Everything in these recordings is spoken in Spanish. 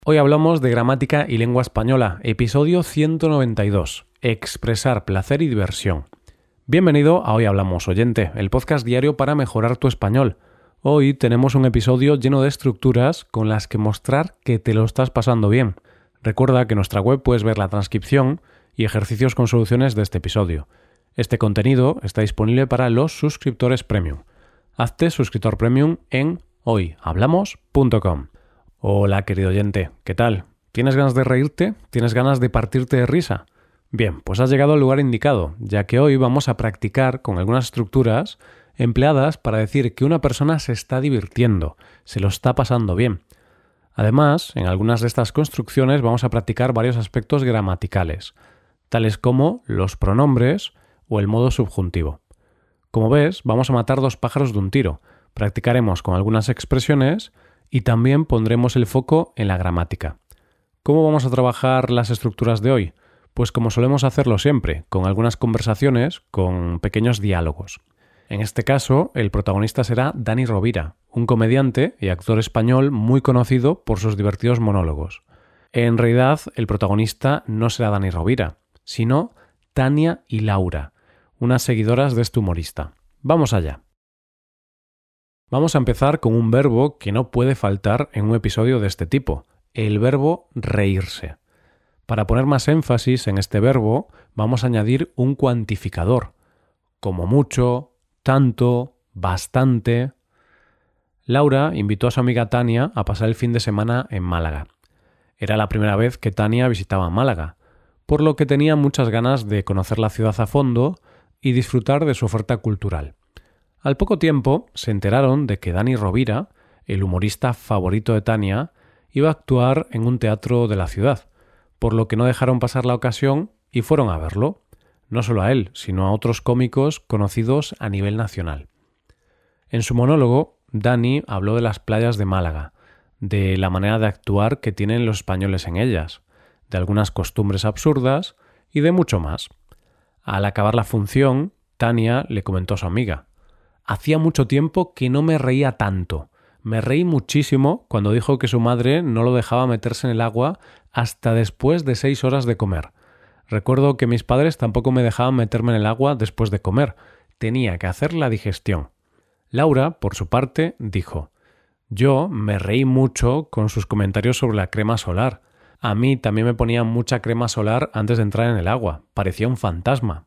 Hoy hablamos de gramática y lengua española, episodio 192, expresar placer y diversión. Bienvenido a Hoy Hablamos, oyente, el podcast diario para mejorar tu español. Hoy tenemos un episodio lleno de estructuras con las que mostrar que te lo estás pasando bien. Recuerda que en nuestra web puedes ver la transcripción y ejercicios con soluciones de este episodio. Este contenido está disponible para los suscriptores premium. Hazte suscriptor premium en hoyhablamos.com. Hola, querido oyente, ¿qué tal? ¿Tienes ganas de reírte? ¿Tienes ganas de partirte de risa? Bien, pues has llegado al lugar indicado, ya que hoy vamos a practicar con algunas estructuras empleadas para decir que una persona se está divirtiendo, se lo está pasando bien. Además, en algunas de estas construcciones vamos a practicar varios aspectos gramaticales, tales como los pronombres o el modo subjuntivo. Como ves, vamos a matar dos pájaros de un tiro. Practicaremos con algunas expresiones y también pondremos el foco en la gramática. ¿Cómo vamos a trabajar las estructuras de hoy? Pues como solemos hacerlo siempre, con algunas conversaciones, con pequeños diálogos. En este caso, el protagonista será Dani Rovira, un comediante y actor español muy conocido por sus divertidos monólogos. En realidad, el protagonista no será Dani Rovira, sino Tania y Laura, unas seguidoras de este humorista. Vamos allá. Vamos a empezar con un verbo que no puede faltar en un episodio de este tipo, el verbo reírse. Para poner más énfasis en este verbo, vamos a añadir un cuantificador, como mucho, tanto, bastante. Laura invitó a su amiga Tania a pasar el fin de semana en Málaga. Era la primera vez que Tania visitaba Málaga, por lo que tenía muchas ganas de conocer la ciudad a fondo y disfrutar de su oferta cultural. Al poco tiempo se enteraron de que Dani Rovira, el humorista favorito de Tania, iba a actuar en un teatro de la ciudad, por lo que no dejaron pasar la ocasión y fueron a verlo, no solo a él, sino a otros cómicos conocidos a nivel nacional. En su monólogo, Dani habló de las playas de Málaga, de la manera de actuar que tienen los españoles en ellas, de algunas costumbres absurdas y de mucho más. Al acabar la función, Tania le comentó a su amiga: «Hacía mucho tiempo que no me reía tanto. Me reí muchísimo cuando dijo que su madre no lo dejaba meterse en el agua hasta después de 6 horas de comer. Recuerdo que mis padres tampoco me dejaban meterme en el agua después de comer. Tenía que hacer la digestión». Laura, por su parte, dijo: «Yo me reí mucho con sus comentarios sobre la crema solar. A mí también me ponían mucha crema solar antes de entrar en el agua. Parecía un fantasma».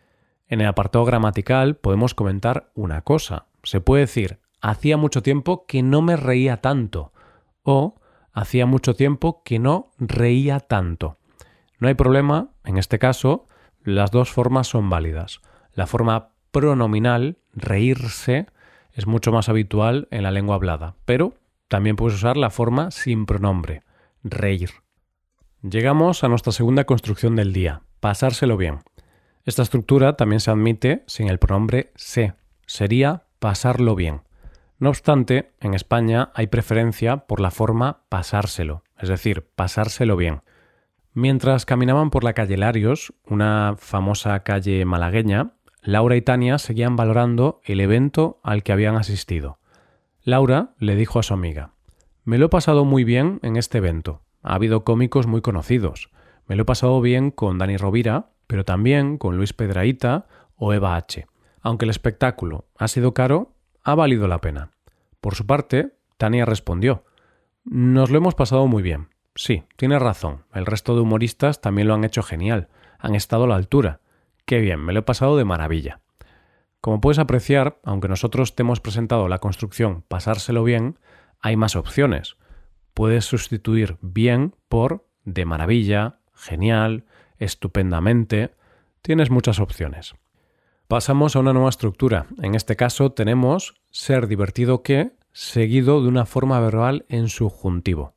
En el apartado gramatical podemos comentar una cosa. Se puede decir: «Hacía mucho tiempo que no me reía tanto» o «Hacía mucho tiempo que no reía tanto». No hay problema, en este caso, las dos formas son válidas. La forma pronominal, reírse, es mucho más habitual en la lengua hablada, pero también puedes usar la forma sin pronombre, reír. Llegamos a nuestra segunda construcción del día, pasárselo bien. Esta estructura también se admite sin el pronombre se, sería pasarlo bien. No obstante, en España hay preferencia por la forma pasárselo, es decir, pasárselo bien. Mientras caminaban por la calle Larios, una famosa calle malagueña, Laura y Tania seguían valorando el evento al que habían asistido. Laura le dijo a su amiga: «Me lo he pasado muy bien en este evento. Ha habido cómicos muy conocidos. Me lo he pasado bien con Dani Rovira, pero también con Luis Piedrahita o Eva H. Aunque el espectáculo ha sido caro, ha valido la pena». Por su parte, Tania respondió: «Nos lo hemos pasado muy bien. Sí, tienes razón, el resto de humoristas también lo han hecho genial, han estado a la altura. Qué bien, me lo he pasado de maravilla». Como puedes apreciar, aunque nosotros te hemos presentado la construcción pasárselo bien, hay más opciones. Puedes sustituir bien por de maravilla, genial, estupendamente. Tienes muchas opciones. Pasamos a una nueva estructura. En este caso tenemos ser divertido que, seguido de una forma verbal en subjuntivo.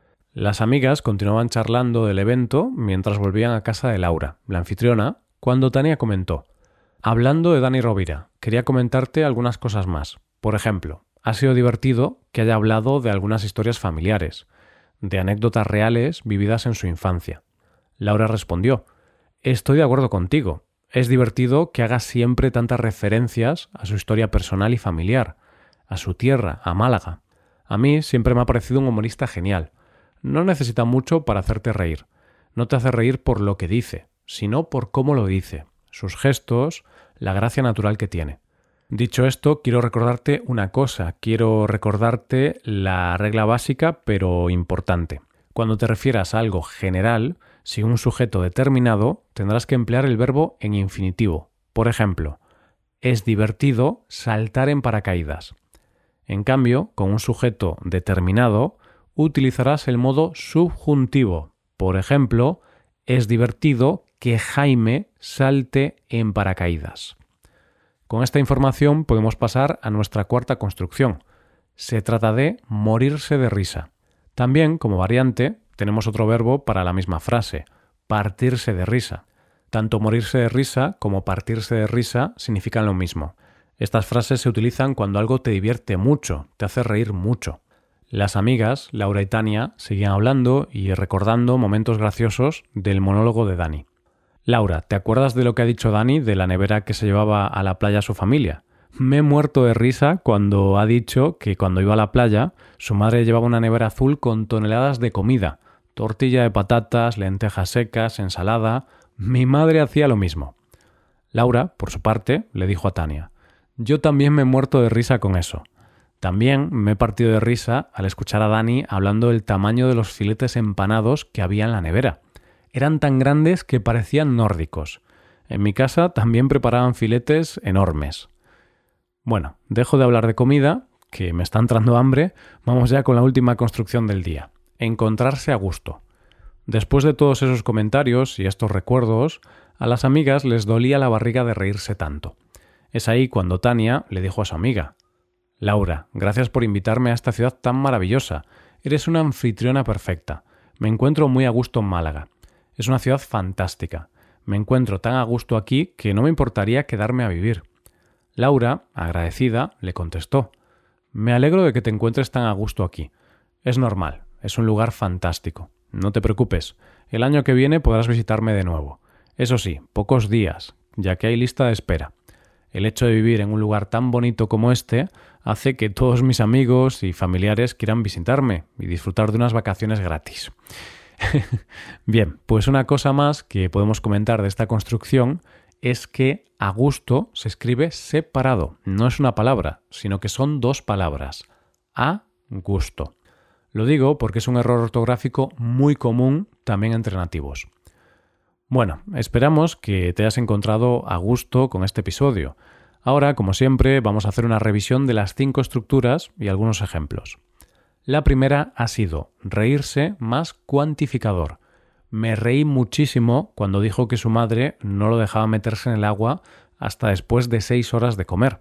Las amigas continuaban charlando del evento mientras volvían a casa de Laura, la anfitriona, cuando Tania comentó: «Hablando de Dani Rovira, quería comentarte algunas cosas más. Por ejemplo, ha sido divertido que haya hablado de algunas historias familiares, de anécdotas reales vividas en su infancia». Laura respondió: «Estoy de acuerdo contigo. Es divertido que haga siempre tantas referencias a su historia personal y familiar, a su tierra, a Málaga. A mí siempre me ha parecido un humorista genial. No necesita mucho para hacerte reír. No te hace reír por lo que dice, sino por cómo lo dice, sus gestos, la gracia natural que tiene. Dicho esto, quiero recordarte una cosa. Quiero recordarte la regla básica, pero importante. Cuando te refieras a algo general, sin un sujeto determinado, tendrás que emplear el verbo en infinitivo. Por ejemplo, es divertido saltar en paracaídas. En cambio, con un sujeto determinado, utilizarás el modo subjuntivo. Por ejemplo, es divertido que Jaime salte en paracaídas. Con esta información podemos pasar a nuestra cuarta construcción. Se trata de morirse de risa. También, como variante, tenemos otro verbo para la misma frase, partirse de risa. Tanto morirse de risa como partirse de risa significan lo mismo. Estas frases se utilizan cuando algo te divierte mucho, te hace reír mucho. Las amigas, Laura y Tania, seguían hablando y recordando momentos graciosos del monólogo de Dani. Laura, ¿te acuerdas de lo que ha dicho Dani de la nevera que se llevaba a la playa a su familia? Me he muerto de risa cuando ha dicho que cuando iba a la playa, su madre llevaba una nevera azul con toneladas de comida, tortilla de patatas, lentejas secas, ensalada. Mi madre hacía lo mismo. Laura, por su parte, le dijo a Tania, yo también me he muerto de risa con eso. También me he partido de risa al escuchar a Dani hablando del tamaño de los filetes empanados que había en la nevera. Eran tan grandes que parecían nórdicos. En mi casa también preparaban filetes enormes. Bueno, dejo de hablar de comida, que me está entrando hambre, vamos ya con la última construcción del día. Encontrarse a gusto. Después de todos esos comentarios y estos recuerdos, a las amigas les dolía la barriga de reírse tanto. Es ahí cuando Tania le dijo a su amiga, Laura, gracias por invitarme a esta ciudad tan maravillosa. Eres una anfitriona perfecta. Me encuentro muy a gusto en Málaga. Es una ciudad fantástica. Me encuentro tan a gusto aquí que no me importaría quedarme a vivir. Laura, agradecida, le contestó, me alegro de que te encuentres tan a gusto aquí. Es normal, es un lugar fantástico. No te preocupes, el año que viene podrás visitarme de nuevo. Eso sí, pocos días, ya que hay lista de espera. El hecho de vivir en un lugar tan bonito como este hace que todos mis amigos y familiares quieran visitarme y disfrutar de unas vacaciones gratis. Bien, pues una cosa más que podemos comentar de esta construcción es que a gusto se escribe separado. No es una palabra, sino que son dos palabras. A gusto. Lo digo porque es un error ortográfico muy común también entre nativos. Bueno, esperamos que te hayas encontrado a gusto con este episodio. Ahora, como siempre, vamos a hacer una revisión de las 5 estructuras y algunos ejemplos. La primera ha sido reírse más cuantificador. Me reí muchísimo cuando dijo que su madre no lo dejaba meterse en el agua hasta después de 6 horas de comer.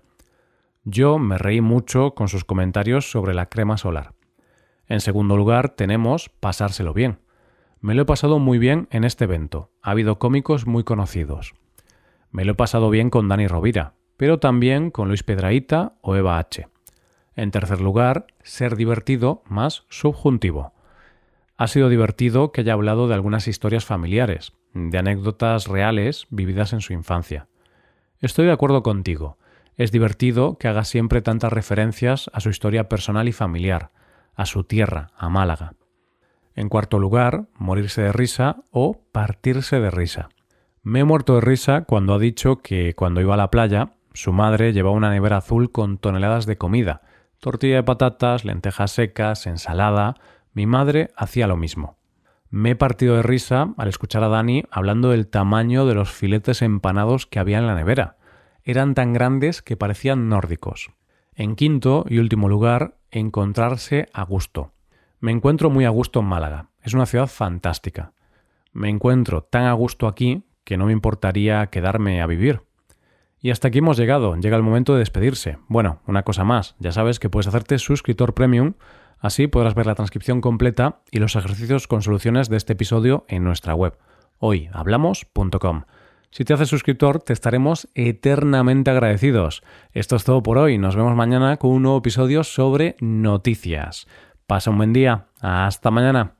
Yo me reí mucho con sus comentarios sobre la crema solar. En segundo lugar, tenemos pasárselo bien. Me lo he pasado muy bien en este evento. Ha habido cómicos muy conocidos. Me lo he pasado bien con Dani Rovira, pero también con Luis Piedrahita o Eva H. En tercer lugar, ser divertido más subjuntivo. Ha sido divertido que haya hablado de algunas historias familiares, de anécdotas reales vividas en su infancia. Estoy de acuerdo contigo. Es divertido que haga siempre tantas referencias a su historia personal y familiar, a su tierra, a Málaga. En cuarto lugar, morirse de risa o partirse de risa. Me he muerto de risa cuando ha dicho que cuando iba a la playa, su madre llevaba una nevera azul con toneladas de comida, tortilla de patatas, lentejas secas, ensalada. Mi madre hacía lo mismo. Me he partido de risa al escuchar a Dani hablando del tamaño de los filetes empanados que había en la nevera. Eran tan grandes que parecían nórdicos. En quinto y último lugar, encontrarse a gusto. Me encuentro muy a gusto en Málaga. Es una ciudad fantástica. Me encuentro tan a gusto aquí que no me importaría quedarme a vivir. Y hasta aquí hemos llegado. Llega el momento de despedirse. Bueno, una cosa más. Ya sabes que puedes hacerte suscriptor premium. Así podrás ver la transcripción completa y los ejercicios con soluciones de este episodio en nuestra web, hoyhablamos.com. Si te haces suscriptor, te estaremos eternamente agradecidos. Esto es todo por hoy. Nos vemos mañana con un nuevo episodio sobre noticias. Pasa un buen día. Hasta mañana.